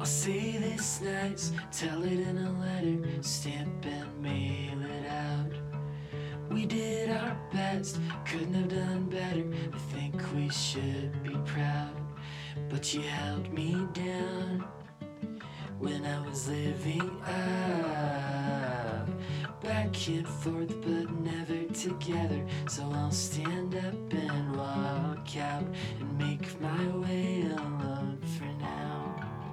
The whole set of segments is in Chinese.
say this nice, tell it in a letter, stamp and mail it out. We did our best, couldn't have done better. I think we should be proud. But you held me down when I was living out. Back and forth, but never together. So I'll stand up and walk out and make my way alone for now.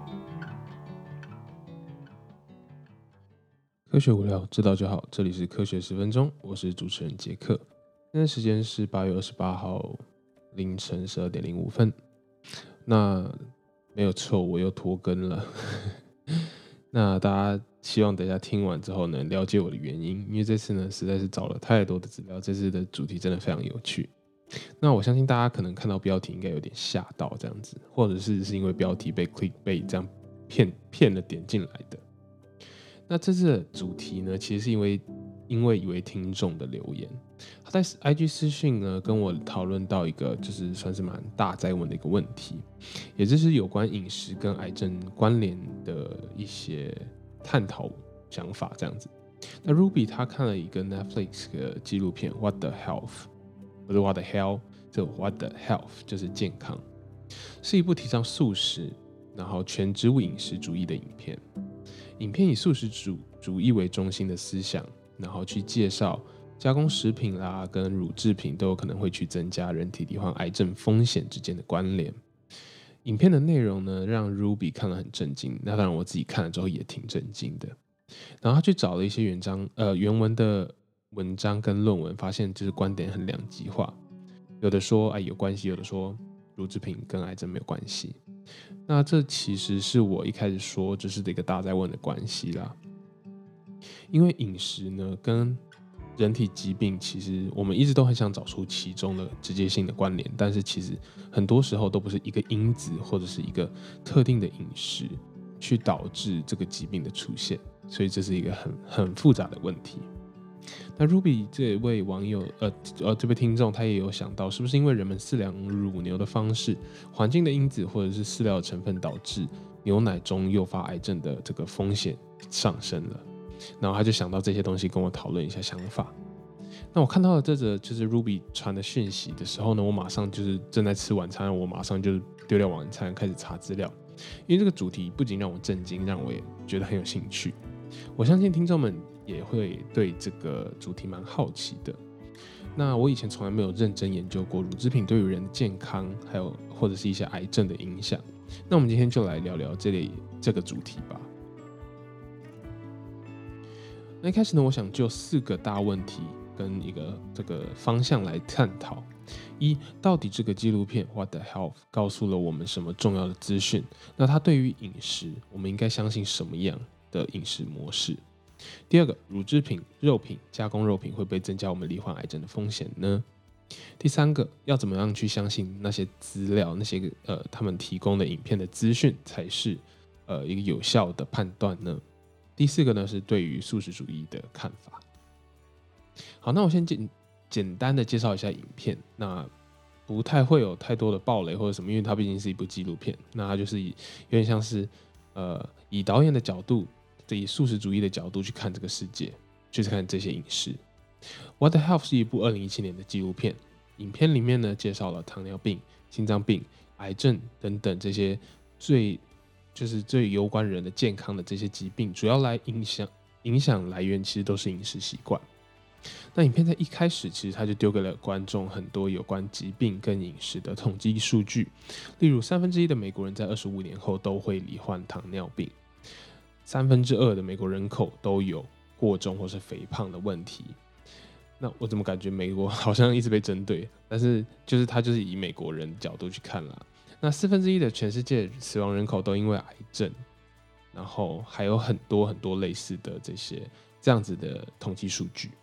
科学无聊，知道就好。这里是科学10分钟，我是主持人杰克。现在时间是8月28号凌晨12点05分。那没有错，我又拖更了。那大家希望等一下听完之后呢，了解我的原因，因为这次呢实在是找了太多的资料，这次的主题真的非常有趣。那我相信大家可能看到标题应该有点吓到这样子，或者是因为标题被 clickbait 这样骗了点进来的。那这次的主题呢，其实是因为一位听众的留言，他在 IG 私讯呢跟我讨论到一个就是算是蛮大哉问的一个问题，也就是有关饮食跟癌症关联的一些探讨想法这样子。那 Ruby 他看了一个 Netflix 的纪录片 What the Health， 不是 What the Hell， 这 What the Health 就是健康，是一部提倡素食然后全植物饮食主义的影片。影片以素食主义为中心的思想，然后去介绍加工食品啦跟乳制品都有可能会去增加人体罹患癌症风险之间的关联。影片的内容呢，让 Ruby 看了很震惊，那当然我自己看了之后也挺震惊的。然后他去找了一些原文的文章跟论文，发现就是观点很两极化，有的说有关系，有的说乳制品跟癌症没有关系。那这其实是我一开始说这是一个大哉问的关系啦，因为饮食呢跟人体疾病，其实我们一直都很想找出其中的直接性的关联，但是其实很多时候都不是一个因子或者是一个特定的饮食去导致这个疾病的出现，所以这是一个很复杂的问题。那 Ruby 这位网友，这位听众，他也有想到，是不是因为人们饲养乳牛的方式、环境的因子或者是饲料的成分，导致牛奶中诱发癌症的这个风险上升了？然后他就想到这些东西，跟我讨论一下想法。那我看到了这则就是 Ruby 传的讯息的时候呢，我马上就是正在吃晚餐，我马上就丢掉晚餐，开始查资料，因为这个主题不仅让我震惊，让我也觉得很有兴趣。我相信听众们也会对这个主题蛮好奇的。那我以前从来没有认真研究过乳制品对于人的健康，还有或者是一些癌症的影响。那我们今天就来聊聊这个主题吧。那一开始呢，我想就4个大问题跟一个这个方向来探讨。一，到底这个纪录片 What the Health 告诉了我们什么重要的资讯？那它对于饮食，我们应该相信什么样的饮食模式？第二个，乳制品、肉品、加工肉品会不会增加我们罹患癌症的风险呢？第三个，要怎么样去相信那些资料，那些他们提供的影片的资讯才是一个有效的判断呢？第4个呢，是对于素食主义的看法。好，那我先简单的介绍一下影片，那不太会有太多的爆雷或者什么，因为它毕竟是一部纪录片，那它就是有点像是以导演的角度，以素食主义的角度去看这个世界，去看这些饮食。What the Health 是一部2017年的纪录片，影片里面呢介绍了糖尿病、心脏病、癌症等等这些最攸关人的健康的这些疾病，主要来影响来源其实都是饮食习惯。那影片在一开始其实他就丢给了观众很多有关疾病跟饮食的统计数据，例如1/3的美国人在25年后都会罹患糖尿病，2/3的美国人口都有过重或是肥胖的问题。那我怎么感觉美国好像一直被针对？但是他就是以美国人的角度去看啦。那1/4的全世界死亡人口都因为癌症，然后还有很多很多类似的这样子的统计数据。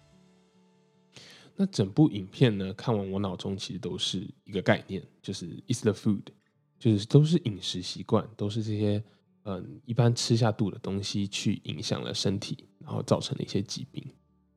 那整部影片呢，看完我脑中其实都是一个概念，就是 It's the food， 就是都是饮食习惯，都是这些一般吃下肚的东西去影响了身体，然后造成了一些疾病。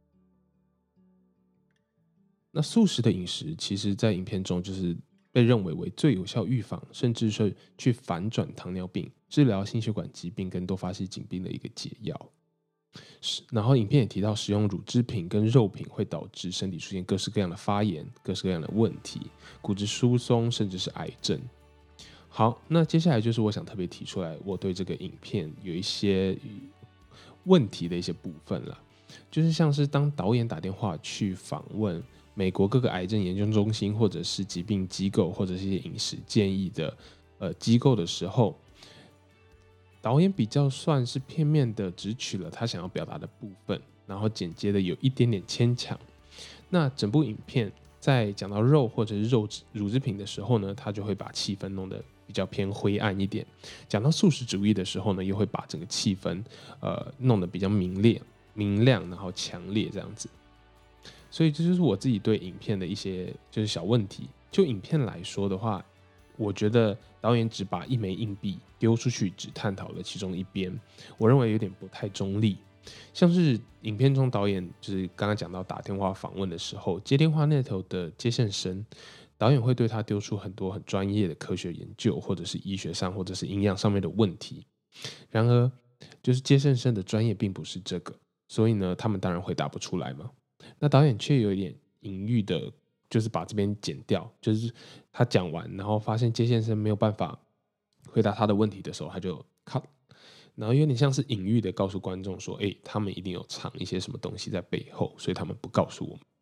那素食的饮食，其实在影片中就是被认为为最有效预防，甚至是去反转糖尿病治疗心血管疾病跟多发性疾病的一个解药。然后影片也提到，使用乳制品跟肉品会导致身体出现各式各样的发炎、各式各样的问题，骨质疏松，甚至是癌症。好，那接下来就是我想特别提出来，我对这个影片有一些问题的一些部分啦，就是像是当导演打电话去访问美国各个癌症研究中心，或者是疾病机构，或者是一些饮食建议的机构的时候，导演比较算是片面的只取了他想要表达的部分，然后剪接的有一点点牵强。那整部影片在讲到肉或者是乳制品的时候呢，他就会把气氛弄得比较偏灰暗一点；讲到素食主义的时候呢，又会把整个气氛弄得比较明亮，然后强烈这样子。所以这就是我自己对影片的一些就是小问题。就影片来说的话，我觉得导演只把一枚硬币丢出去，只探讨了其中一边，我认为有点不太中立。像是影片中导演就是刚刚讲到打电话访问的时候，接电话那头的接线生，导演会对他丢出很多很专业的科学研究，或者是医学上或者是营养上面的问题。然而，就是接线生的专业并不是这个，所以呢，他们当然回答不出来嘛。那导演却有一点隐喻的，就是把这边剪掉，就是他讲完，然后发现接线生没有办法回答他的问题的时候，他就 cut， 然后有点像是隐喻的告诉观众说，他们一定有藏一些什么东西在背后，所以他们不告诉我们。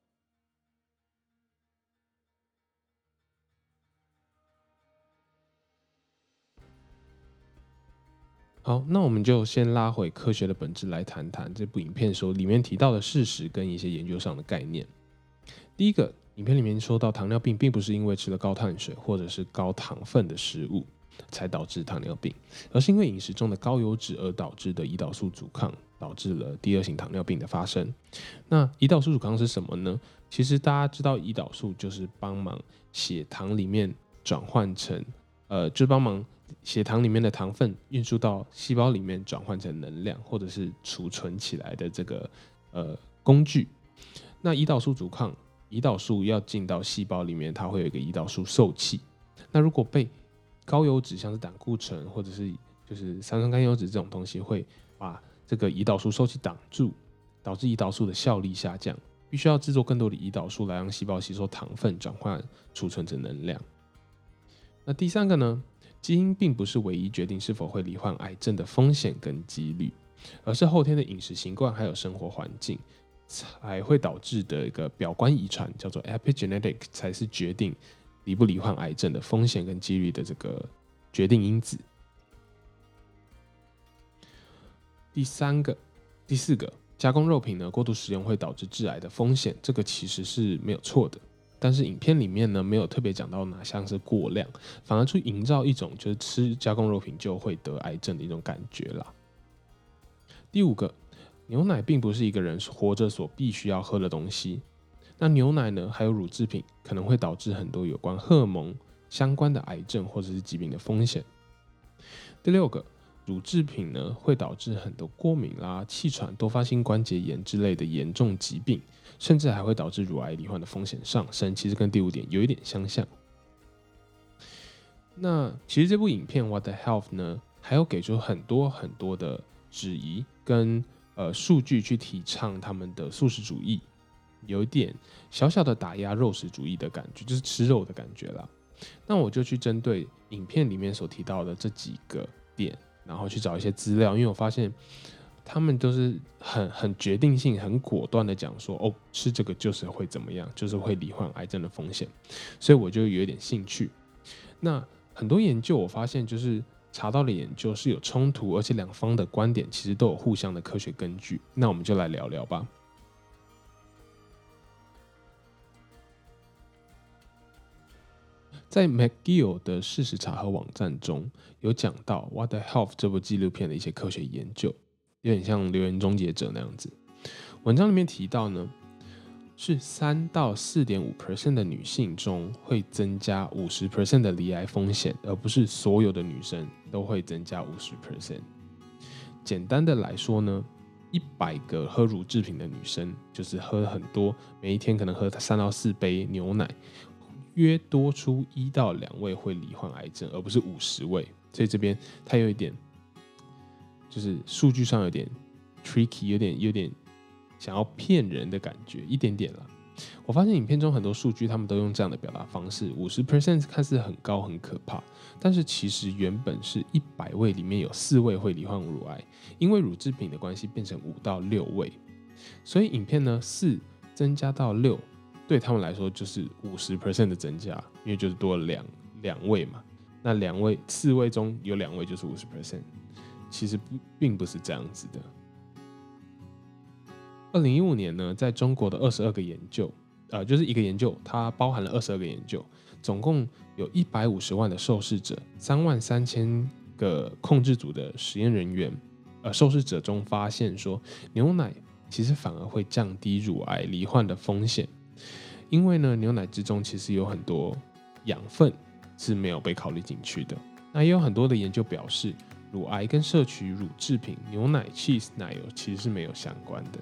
好，那我们就先拉回科学的本质来谈谈这部影片所里面提到的事实跟一些研究上的概念。第一个，影片里面说到糖尿病并不是因为吃了高碳水或者是高糖分的食物才导致糖尿病，而是因为饮食中的高油脂而导致的胰岛素阻抗，导致了第二型糖尿病的发生。那胰岛素阻抗是什么呢？其实大家知道，胰岛素就是帮忙血糖里面转换成就是帮忙血糖里面的糖分运输到细胞里面转换成能量，或者是储存起来的这个工具。那胰岛素阻抗，胰岛素要进到细胞里面，它会有一个胰岛素受器。那如果被高油脂，像是胆固醇或者是就是三酸甘油脂这种东西，会把这个胰岛素受器挡住，导致胰岛素的效力下降，必须要制作更多的胰岛素来让细胞吸收糖分，转换储存成能量。那第三个呢？基因并不是唯一决定是否会罹患癌症的风险跟几率，而是后天的饮食习惯还有生活环境才会导致的一个表观遗传，叫做 epigenetic， 才是决定罹不罹患癌症的风险跟几率的这个决定因子。第四个，加工肉品呢过度食用会导致致癌的风险，这个其实是没有错的。但是影片里面呢没有特别讲到哪项是过量，反而去营造一种就是吃加工肉品就会得癌症的一种感觉啦。第五个，牛奶并不是一个人活着所必须要喝的东西。那牛奶呢还有乳制品可能会导致很多有关荷尔蒙相关的癌症或者是疾病的风险。第六个，乳制品呢会导致很多过敏啦、气喘、多发性关节炎之类的严重疾病，甚至还会导致乳癌罹患的风险上升，其实跟第五点有一点相像。那其实这部影片 What the Health 呢，还有给出很多很多的质疑跟数据去提倡他们的素食主义，有一点小小的打压肉食主义的感觉，就是吃肉的感觉啦。那我就去针对影片里面所提到的这几个点，然后去找一些资料，因为我发现他们都是很决定性、很果断的讲说，哦，吃这个就是会怎么样，就是会罹患癌症的风险，所以我就有一点兴趣。那很多研究我发现，就是查到的研究是有冲突，而且两方的观点其实都有互相的科学根据。那我们就来聊聊吧。在 McGill 的事实查核网站中有讲到 What the Health 这部纪录片的一些科学研究，有点像留言终结者那样子。文章里面提到呢，是3到 4.5% 的女性中会增加 50% 的罹癌风险，而不是所有的女生都会增加 50%。简单的来说呢，100个喝乳制品的女生，就是喝很多，每一天可能喝3到4杯牛奶，约多出1到2位会罹患癌症，而不是50位， 所以这边它有一点就是数据上有点 tricky， 有点想要骗人的感觉，一点点啦。我发现影片中很多数据，他们都用这样的表达方式，50% 看似很高很可怕，但是其实原本是100位里面有4位会罹患乳癌，因为乳制品的关系变成5到6位，所以影片呢4增加到6，对他们来说就是50% 的增加，因为就是多了两位嘛。那4位中有2位就是50%，其实并不是这样子的。2015年呢，在中国的22个研究，就是一个研究，它包含了22个研究，总共有150万的受试者，33000个控制组的实验人员，受试者中发现说，牛奶其实反而会降低乳癌罹患的风险，因为呢，牛奶之中其实有很多养分是没有被考虑进去的。那也有很多的研究表示，乳癌跟摄取乳制品、牛奶、cheese、奶油其实是没有相关的。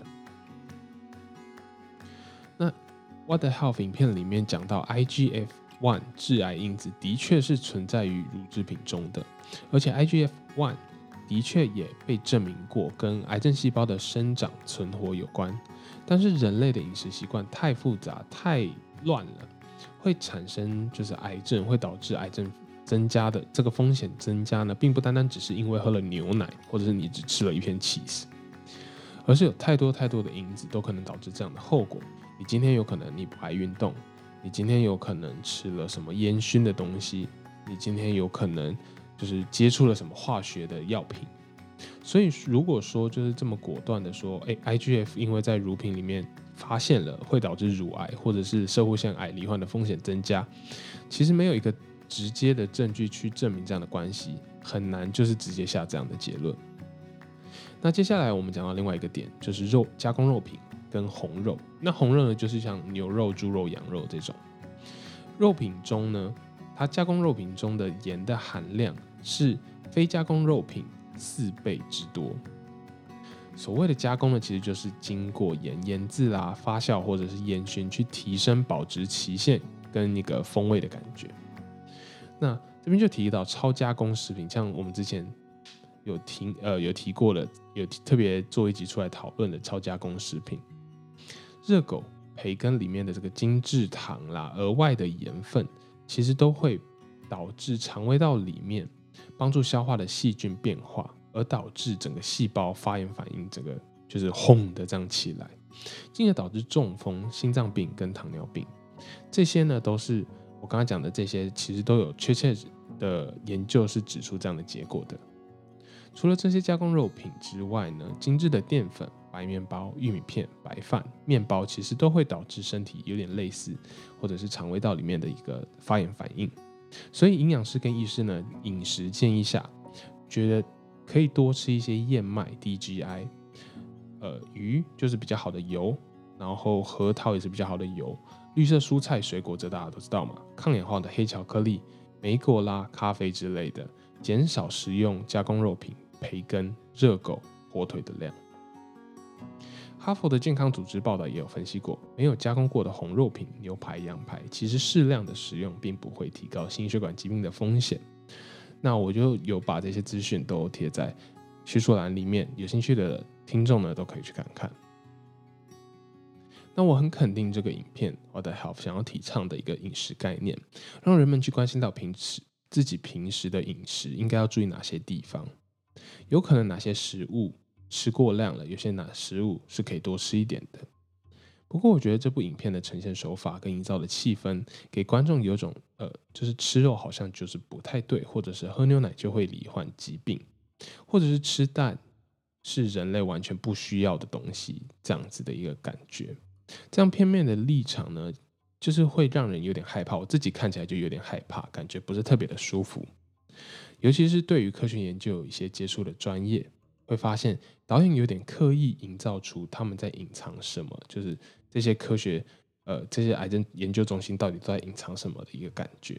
那 What the Health 影片里面讲到 IGF-1 致癌因子的确是存在于乳制品中的，而且 IGF-1 的确也被证明过跟癌症细胞的生长存活有关。但是人类的饮食习惯太复杂太乱了，会产生就是癌症，会导致癌症增加的这个风险增加呢，并不单单只是因为喝了牛奶，或者是你只吃了一片 cheese， 而是有太多的因子都可能导致这样的后果。你今天有可能你不爱运动，你今天有可能吃了什么烟熏的东西，你今天有可能就是接触了什么化学的药品。所以如果说就是这么果断的说，IGF 因为在乳品里面发现了会导致乳癌或者是攝護腺癌罹患的风险增加，其实没有一个直接的证据去证明这样的关系，很难就是直接下这样的结论。那接下来我们讲到另外一个点，就是加工肉品跟红肉。那红肉呢，就是像牛肉、猪肉、羊肉这种肉品中呢，它加工肉品中的盐的含量是非加工肉品4倍之多。所谓的加工呢，其实就是经过腌制啦、发酵或者是烟熏，去提升保值期限跟一个风味的感觉。那这边就提到超加工食品，像我们之前有提过的，有特别做一集出来讨论的超加工食品，热狗、培根里面的这个精制糖啦、额外的盐分，其实都会导致肠胃道里面帮助消化的细菌变化，而导致整个细胞发炎反应，整个就是轰的这样起来，进而导致中风、心脏病跟糖尿病。这些呢，都是我刚刚讲的这些，其实都有确切的研究是指出这样的结果的。除了这些加工肉品之外呢，精致的淀粉、白面包、玉米片、白饭、面包，其实都会导致身体有点类似，或者是肠胃道里面的一个发炎反应。所以营养师跟医师呢，饮食建议下，觉得可以多吃一些燕麦 DGI， 鱼就是比较好的油，然后核桃也是比较好的油，绿色蔬菜水果这大家都知道嘛，抗氧化的黑巧克力、莓果啦、咖啡之类的，减少食用加工肉品、培根、热狗、火腿的量。哈佛的健康组织报道也有分析过，没有加工过的红肉品、牛排、羊排，其实适量的食用并不会提高心血管疾病的风险。那我就有把这些资讯都贴在叙述栏里面，有兴趣的听众呢都可以去看看。那我很肯定这个影片 What the Health 想要提倡的一个饮食概念，让人们去关心到自己平时的饮食应该要注意哪些地方，有可能哪些食物吃过量了，有些食物是可以多吃一点的。不过我觉得这部影片的呈现手法跟营造的气氛，给观众有种就是吃肉好像就是不太对，或者是喝牛奶就会罹患疾病，或者是吃蛋是人类完全不需要的东西，这样子的一个感觉。这样片面的立场呢，就是会让人有点害怕，我自己看起来就有点害怕，感觉不是特别的舒服。尤其是对于科学研究有一些接触的专业，会发现导演有点刻意营造出他们在隐藏什么，就是这些科学这些癌症研究中心到底都在隐藏什么的一个感觉。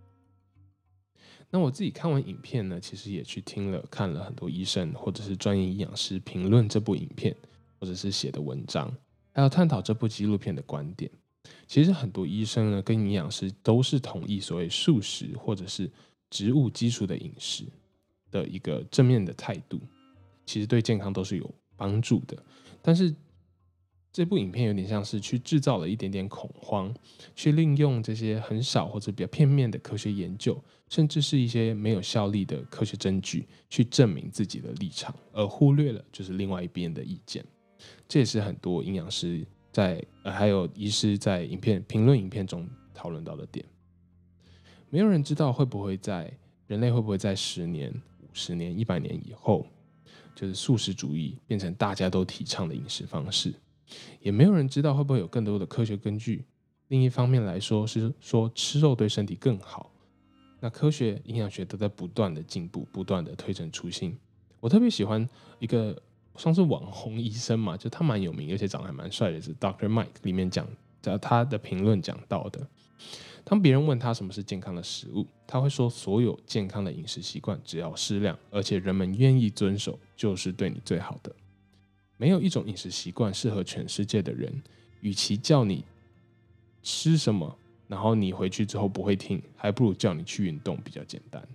那我自己看完影片呢，其实也去看了很多医生或者是专业营养师评论这部影片，或者是写的文章，还有探讨这部纪录片的观点。其实很多医生呢跟营养师都是同意所谓素食或者是植物基础的饮食的一个正面的态度，其实对健康都是有帮助的。但是这部影片有点像是去制造了一点点恐慌，去利用这些很少或者比较片面的科学研究，甚至是一些没有效力的科学证据，去证明自己的立场，而忽略了就是另外一边的意见。这也是很多营养师还有医师在评论影片中讨论到的点。没有人知道人类会不会在10年、50年、100年以后，就是素食主义变成大家都提倡的饮食方式。也没有人知道会不会有更多的科学根据。另一方面来说，是说吃肉对身体更好。那科学营养学都在不断的进步，不断的推陈出新。我特别喜欢一个算是网红医生嘛，就他蛮有名，而且长得还蛮帅的，是 Dr. Mike 里面他的评论讲到的。当别人问他什么是健康的食物，他会说所有健康的饮食习惯只要适量，而且人们愿意遵守，就是对你最好的。没有一种饮食习惯适合全世界的人，与其叫你吃什么，然后你回去之后不会听，还不如叫你去运动比较简单。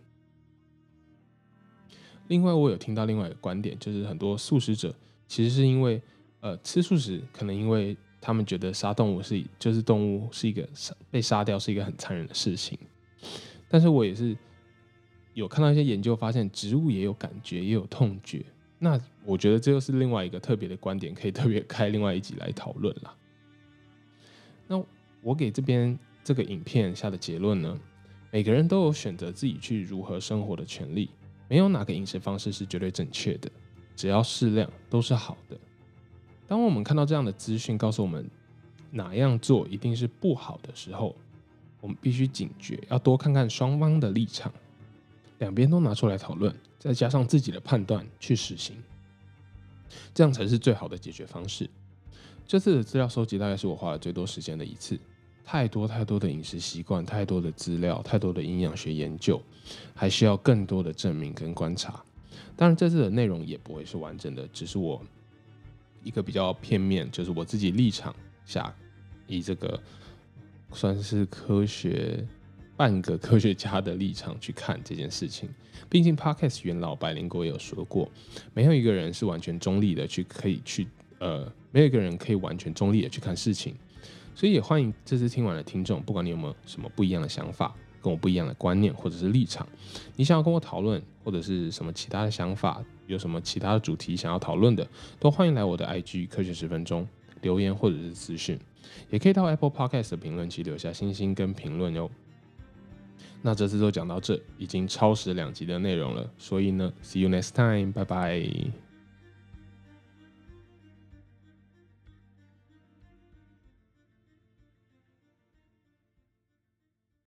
另外，我有听到另外一个观点，就是很多素食者其实是因为吃素食，可能因为他们觉得杀动物就是动物是一个被杀掉是一个很残忍的事情。但是我也是有看到一些研究发现，植物也有感觉，也有痛觉。那我觉得这又是另外一个特别的观点，可以特别开另外一集来讨论啦。那我给这个影片下的结论呢，每个人都有选择自己去如何生活的权利，没有哪个饮食方式是绝对正确的，只要适量都是好的。当我们看到这样的资讯告诉我们哪样做一定是不好的时候，我们必须警觉，要多看看双方的立场，两边都拿出来讨论，再加上自己的判断去实行，这样才是最好的解决方式。这次的资料收集大概是我花了最多时间的一次，太多的饮食习惯，太多的资料，太多的营养学研究，还需要更多的证明跟观察。当然这次的内容也不会是完整的，只是我一个比较片面，就是我自己立场下，以这个算是半个科学家的立场去看这件事情。毕竟 Podcast 元老百灵果也有说过，没有一个人是完全中立的没有一个人可以完全中立的去看事情。所以也欢迎这次听完的听众，不管你有没有什么不一样的想法，跟我不一样的观念或者是立场，你想要跟我讨论，或者是什么其他的想法，有什么其他的主题想要讨论的，都欢迎来我的 IG 科学10分钟留言或者是私讯，也可以到 Apple Podcast 的评论区留下星星跟评论哟。那这次就讲到这，已经超时2集的内容了，所以呢 ，See you next time， 拜拜。